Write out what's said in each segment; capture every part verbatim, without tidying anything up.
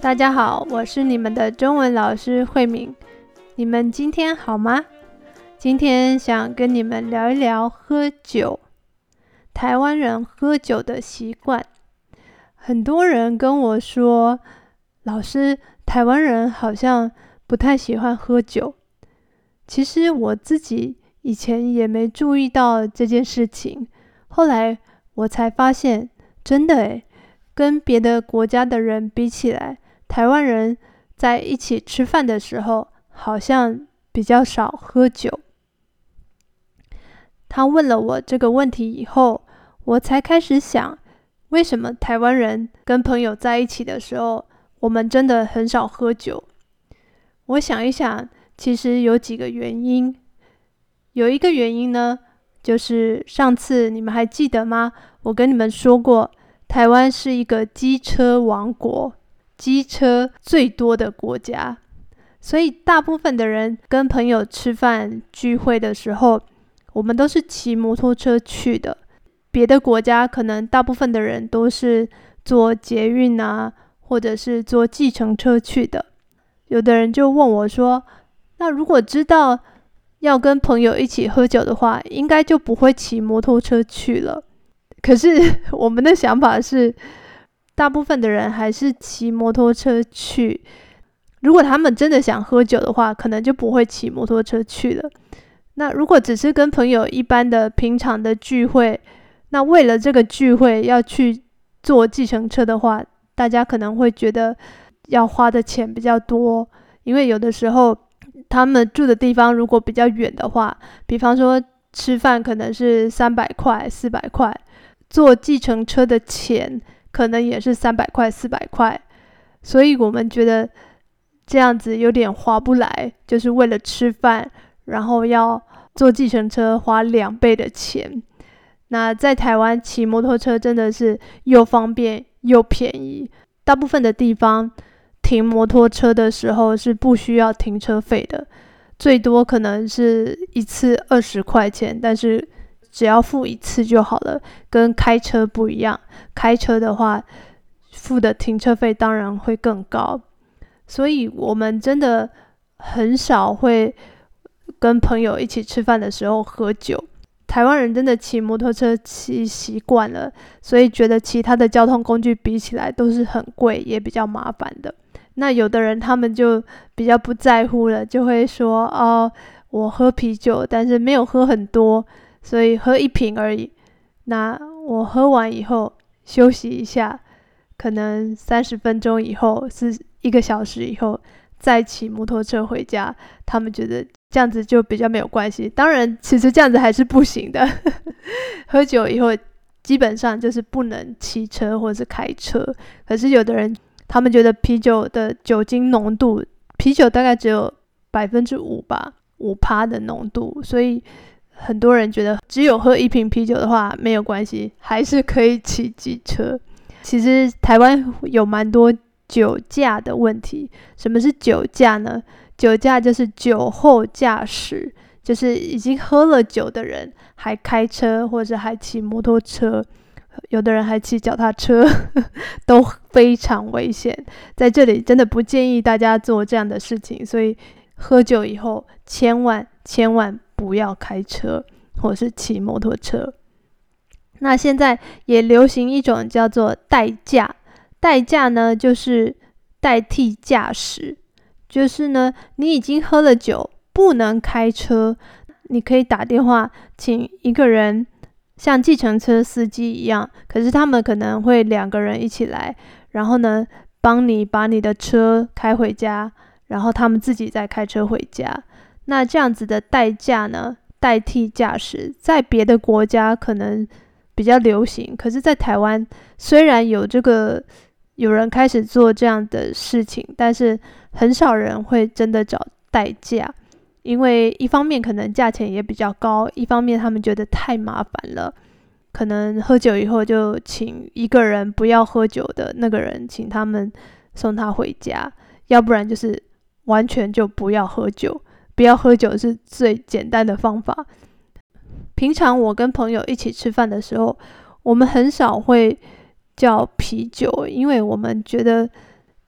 大家好，我是你们的中文老师慧敏。你们今天好吗？今天想跟你们聊一聊喝酒，台湾人喝酒的习惯。很多人跟我说，老师，台湾人好像不太喜欢喝酒。其实我自己以前也没注意到这件事情，后来我才发现，真的耶，跟别的国家的人比起来，台湾人在一起吃饭的时候好像比较少喝酒。他问了我这个问题以后，我才开始想，为什么台湾人跟朋友在一起的时候，我们真的很少喝酒。我想一想，其实有几个原因。有一个原因呢，就是上次你们还记得吗？我跟你们说过，台湾是一个机车王国，机车最多的国家，所以大部分的人跟朋友吃饭聚会的时候，我们都是骑摩托车去的。别的国家可能大部分的人都是坐捷运啊，或者是坐计程车去的。有的人就问我说，那如果知道要跟朋友一起喝酒的话，应该就不会骑摩托车去了。可是我们的想法是，大部分的人还是骑摩托车去。如果他们真的想喝酒的话，可能就不会骑摩托车去了。那如果只是跟朋友一般的平常的聚会，那为了这个聚会要去坐计程车的话，大家可能会觉得要花的钱比较多，因为有的时候他们住的地方如果比较远的话，比方说吃饭可能是三百块、四百块，坐计程车的钱可能也是三百块、四百块，所以我们觉得这样子有点划不来，就是为了吃饭，然后要坐计程车花两倍的钱。那在台湾骑摩托车真的是又方便又便宜，大部分的地方停摩托车的时候是不需要停车费的，最多可能是一次二十块钱，但是只要付一次就好了，跟开车不一样，开车的话付的停车费当然会更高。所以我们真的很少会跟朋友一起吃饭的时候喝酒。台湾人真的骑摩托车骑习惯了，所以觉得其他的交通工具比起来都是很贵也比较麻烦的。那有的人他们就比较不在乎了，就会说哦，我喝啤酒但是没有喝很多，所以喝一瓶而已。那我喝完以后休息一下，可能三十分钟以后是一个小时以后再骑摩托车回家，他们觉得这样子就比较没有关系。当然其实这样子还是不行的喝酒以后基本上就是不能骑车或是开车。可是有的人他们觉得啤酒的酒精浓度，啤酒大概只有百分之五吧，五趴的浓度，所以很多人觉得只有喝一瓶啤酒的话没有关系，还是可以骑机车。其实台湾有蛮多酒驾的问题。什么是酒驾呢？酒驾就是酒后驾驶，就是已经喝了酒的人还开车或者还骑摩托车，有的人还骑脚踏车都非常危险。在这里真的不建议大家做这样的事情，所以喝酒以后千万千万不要开车或是骑摩托车。那现在也流行一种叫做代驾，代驾呢就是代替驾驶，就是呢你已经喝了酒不能开车，你可以打电话请一个人像计程车司机一样，可是他们可能会两个人一起来，然后呢帮你把你的车开回家，然后他们自己再开车回家。那这样子的代驾呢，代替驾驶，在别的国家可能比较流行，可是在台湾虽然有这个有人开始做这样的事情，但是很少人会真的找代驾，因为一方面可能价钱也比较高，一方面他们觉得太麻烦了，可能喝酒以后就请一个人不要喝酒的那个人请他们送他回家，要不然就是完全就不要喝酒。不要喝酒是最简单的方法。平常我跟朋友一起吃饭的时候，我们很少会叫啤酒，因为我们觉得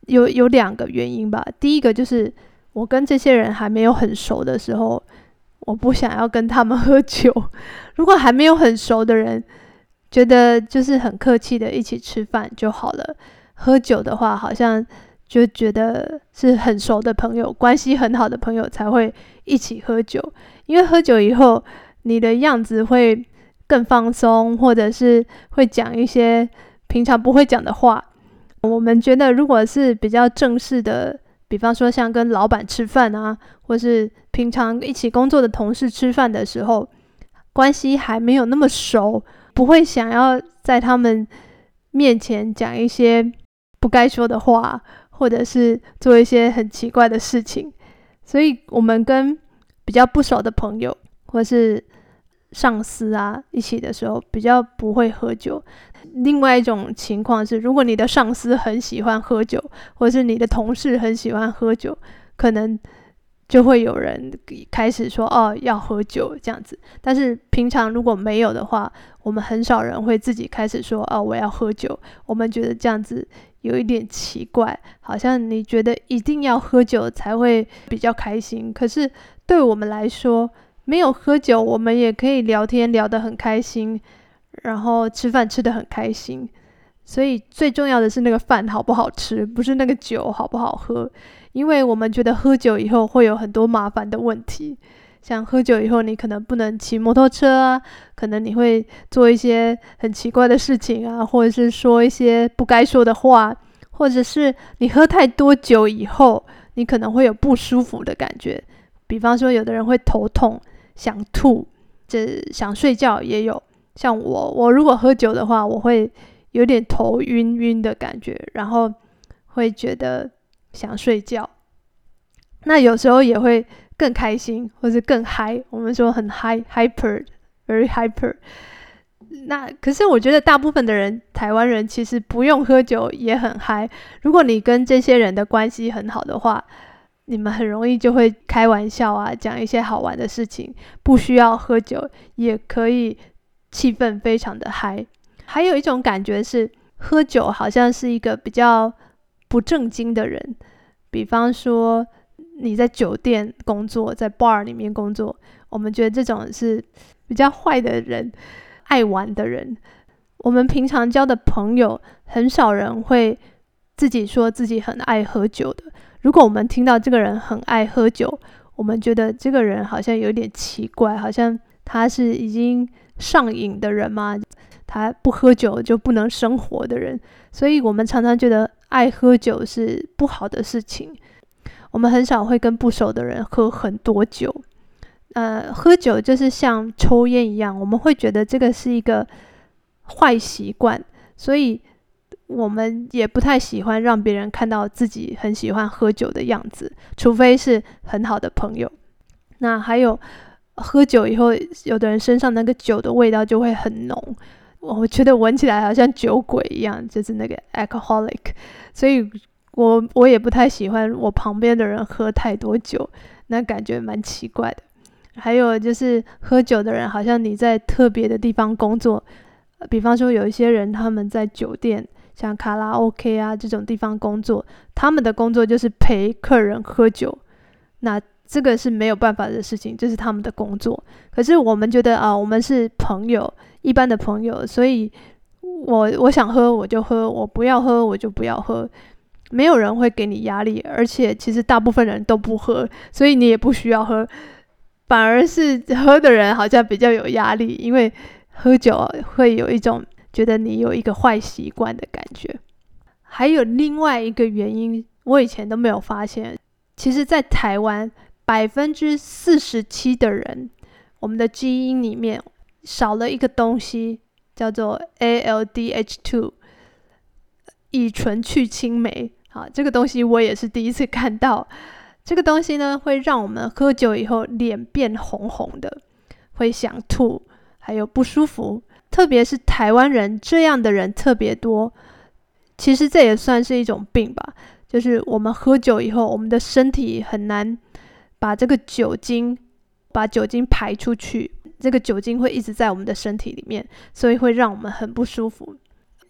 有有两个原因吧。第一个就是我跟这些人还没有很熟的时候，我不想要跟他们喝酒。如果还没有很熟的人，觉得就是很客气的一起吃饭就好了。喝酒的话，好像就觉得是很熟的朋友，关系很好的朋友才会一起喝酒。因为喝酒以后，你的样子会更放松，或者是会讲一些平常不会讲的话。我们觉得如果是比较正式的，比方说像跟老板吃饭啊，或是平常一起工作的同事吃饭的时候，关系还没有那么熟，不会想要在他们面前讲一些不该说的话，或者是做一些很奇怪的事情。所以我们跟比较不熟的朋友或是上司啊一起的时候，比较不会喝酒。另外一种情况是，如果你的上司很喜欢喝酒，或是你的同事很喜欢喝酒，可能就会有人开始说哦要喝酒这样子。但是平常如果没有的话，我们很少人会自己开始说哦我要喝酒。我们觉得这样子有一点奇怪，好像你觉得一定要喝酒才会比较开心。可是对我们来说，没有喝酒我们也可以聊天聊得很开心，然后吃饭吃得很开心。所以最重要的是那个饭好不好吃，不是那个酒好不好喝。因为我们觉得喝酒以后会有很多麻烦的问题，像喝酒以后你可能不能骑摩托车啊，可能你会做一些很奇怪的事情啊，或者是说一些不该说的话，或者是你喝太多酒以后你可能会有不舒服的感觉。比方说有的人会头痛想吐，这想睡觉也有。像我我如果喝酒的话，我会有点头晕晕的感觉，然后会觉得想睡觉。那有时候也会更开心，或是更嗨，我们说很嗨 hyper very hyper。 那可是我觉得大部分的人，台湾人其实不用喝酒也很嗨。如果你跟这些人的关系很好的话，你们很容易就会开玩笑啊，讲一些好玩的事情，不需要喝酒也可以气氛非常的嗨。还有一种感觉是，喝酒好像是一个比较不正经的人。比方说你在酒店工作，在 bar 里面工作，我们觉得这种是比较坏的人，爱玩的人。我们平常交的朋友很少人会自己说自己很爱喝酒的。如果我们听到这个人很爱喝酒，我们觉得这个人好像有点奇怪，好像他是已经上瘾的人吗？他不喝酒就不能生活的人。所以我们常常觉得爱喝酒是不好的事情。我们很少会跟不熟的人喝很多酒。呃，喝酒就是像抽烟一样，我们会觉得这个是一个坏习惯，所以我们也不太喜欢让别人看到自己很喜欢喝酒的样子，除非是很好的朋友。那还有喝酒以后，有的人身上那个酒的味道就会很浓，我觉得闻起来好像酒鬼一样，就是那个 alcoholic。 所以我我也不太喜欢我旁边的人喝太多酒，那感觉蛮奇怪的。还有就是喝酒的人，好像你在特别的地方工作，比方说有一些人他们在酒店，像卡拉 OK 啊这种地方工作，他们的工作就是陪客人喝酒，那这个是没有办法的事情，这是他们的工作。可是我们觉得啊，我们是朋友，一般的朋友，所以我我想喝我就喝，我不要喝我就不要喝，没有人会给你压力。而且其实大部分人都不喝，所以你也不需要喝，反而是喝的人好像比较有压力，因为喝酒会有一种觉得你有一个坏习惯的感觉。还有另外一个原因，我以前都没有发现，其实在台湾百分之四十七的人，我们的基因里面少了一个东西，叫做 A L D H 二 乙醇去氢酶。好，这个东西我也是第一次看到。这个东西呢，会让我们喝酒以后脸变红红的，会想吐，还有不舒服。特别是台湾人，这样的人特别多。其实这也算是一种病吧，就是我们喝酒以后，我们的身体很难把这个酒精把酒精排出去，这个酒精会一直在我们的身体里面，所以会让我们很不舒服。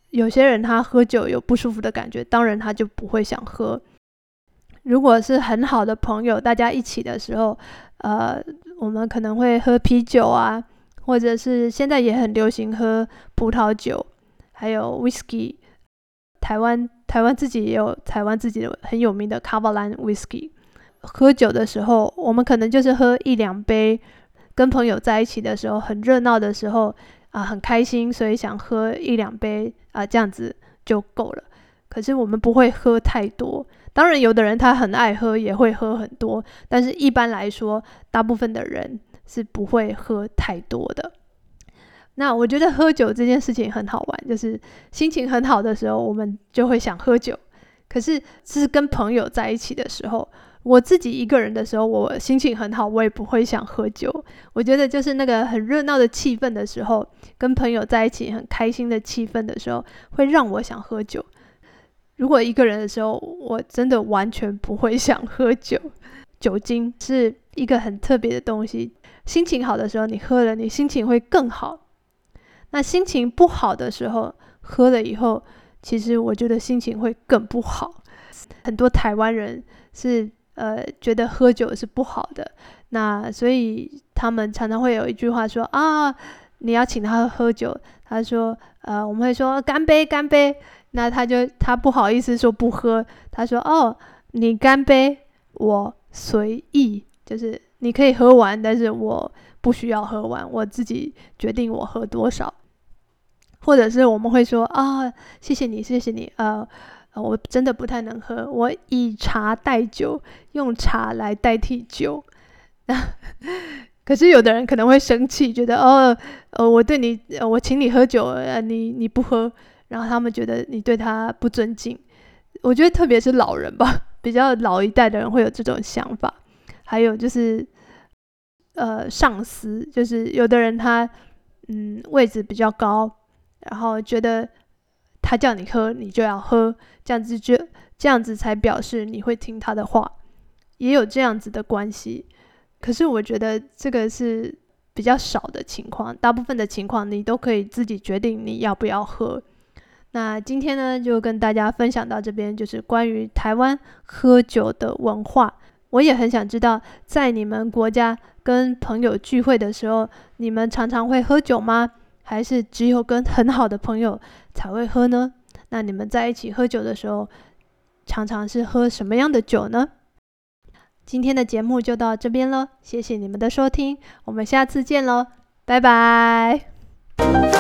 有些人他喝酒有不舒服的感觉，当然他就不会想喝。如果是很好的朋友，大家一起的时候，呃，我们可能会喝啤酒啊，或者是现在也很流行喝葡萄酒，还有 whisky。台湾台湾自己也有台湾自己的很有名的卡瓦兰 whisky。喝酒的时候，我们可能就是喝一两杯，跟朋友在一起的时候，很热闹的时候啊、呃，很开心，所以想喝一两杯啊、呃，这样子就够了。可是我们不会喝太多。当然有的人他很爱喝，也会喝很多，但是一般来说大部分的人是不会喝太多的。那我觉得喝酒这件事情很好玩，就是心情很好的时候我们就会想喝酒，可是是跟朋友在一起的时候，我自己一个人的时候，我心情很好，我也不会想喝酒。我觉得就是那个很热闹的气氛的时候，跟朋友在一起很开心的气氛的时候，会让我想喝酒。如果一个人的时候，我真的完全不会想喝酒。酒精是一个很特别的东西，心情好的时候你喝了，你心情会更好。那心情不好的时候喝了以后，其实我觉得心情会更不好。很多台湾人是呃觉得喝酒是不好的，那所以他们常常会有一句话说啊，你要请他喝酒，他说呃我们会说干杯干杯，那他就他不好意思说不喝，他说哦你干杯我随意，就是你可以喝完，但是我不需要喝完，我自己决定我喝多少。或者是我们会说啊谢谢你谢谢你，呃我真的不太能喝，我以茶代酒，用茶来代替酒。可是有的人可能会生气，觉得哦呃我对你、呃、我请你喝酒、呃、你你不喝，然后他们觉得你对他不尊敬。我觉得特别是老人吧，比较老一代的人会有这种想法。还有就是呃上司，就是有的人他嗯位置比较高，然后觉得他叫你喝你就要喝，这样子就这样子才表示你会听他的话，也有这样子的关系。可是我觉得这个是比较少的情况，大部分的情况你都可以自己决定你要不要喝。那今天呢就跟大家分享到这边，就是关于台湾喝酒的文化。我也很想知道，在你们国家跟朋友聚会的时候，你们常常会喝酒吗？还是只有跟很好的朋友才会喝呢？那你们在一起喝酒的时候，常常是喝什么样的酒呢？今天的节目就到这边了，谢谢你们的收听，我们下次见咯，拜拜。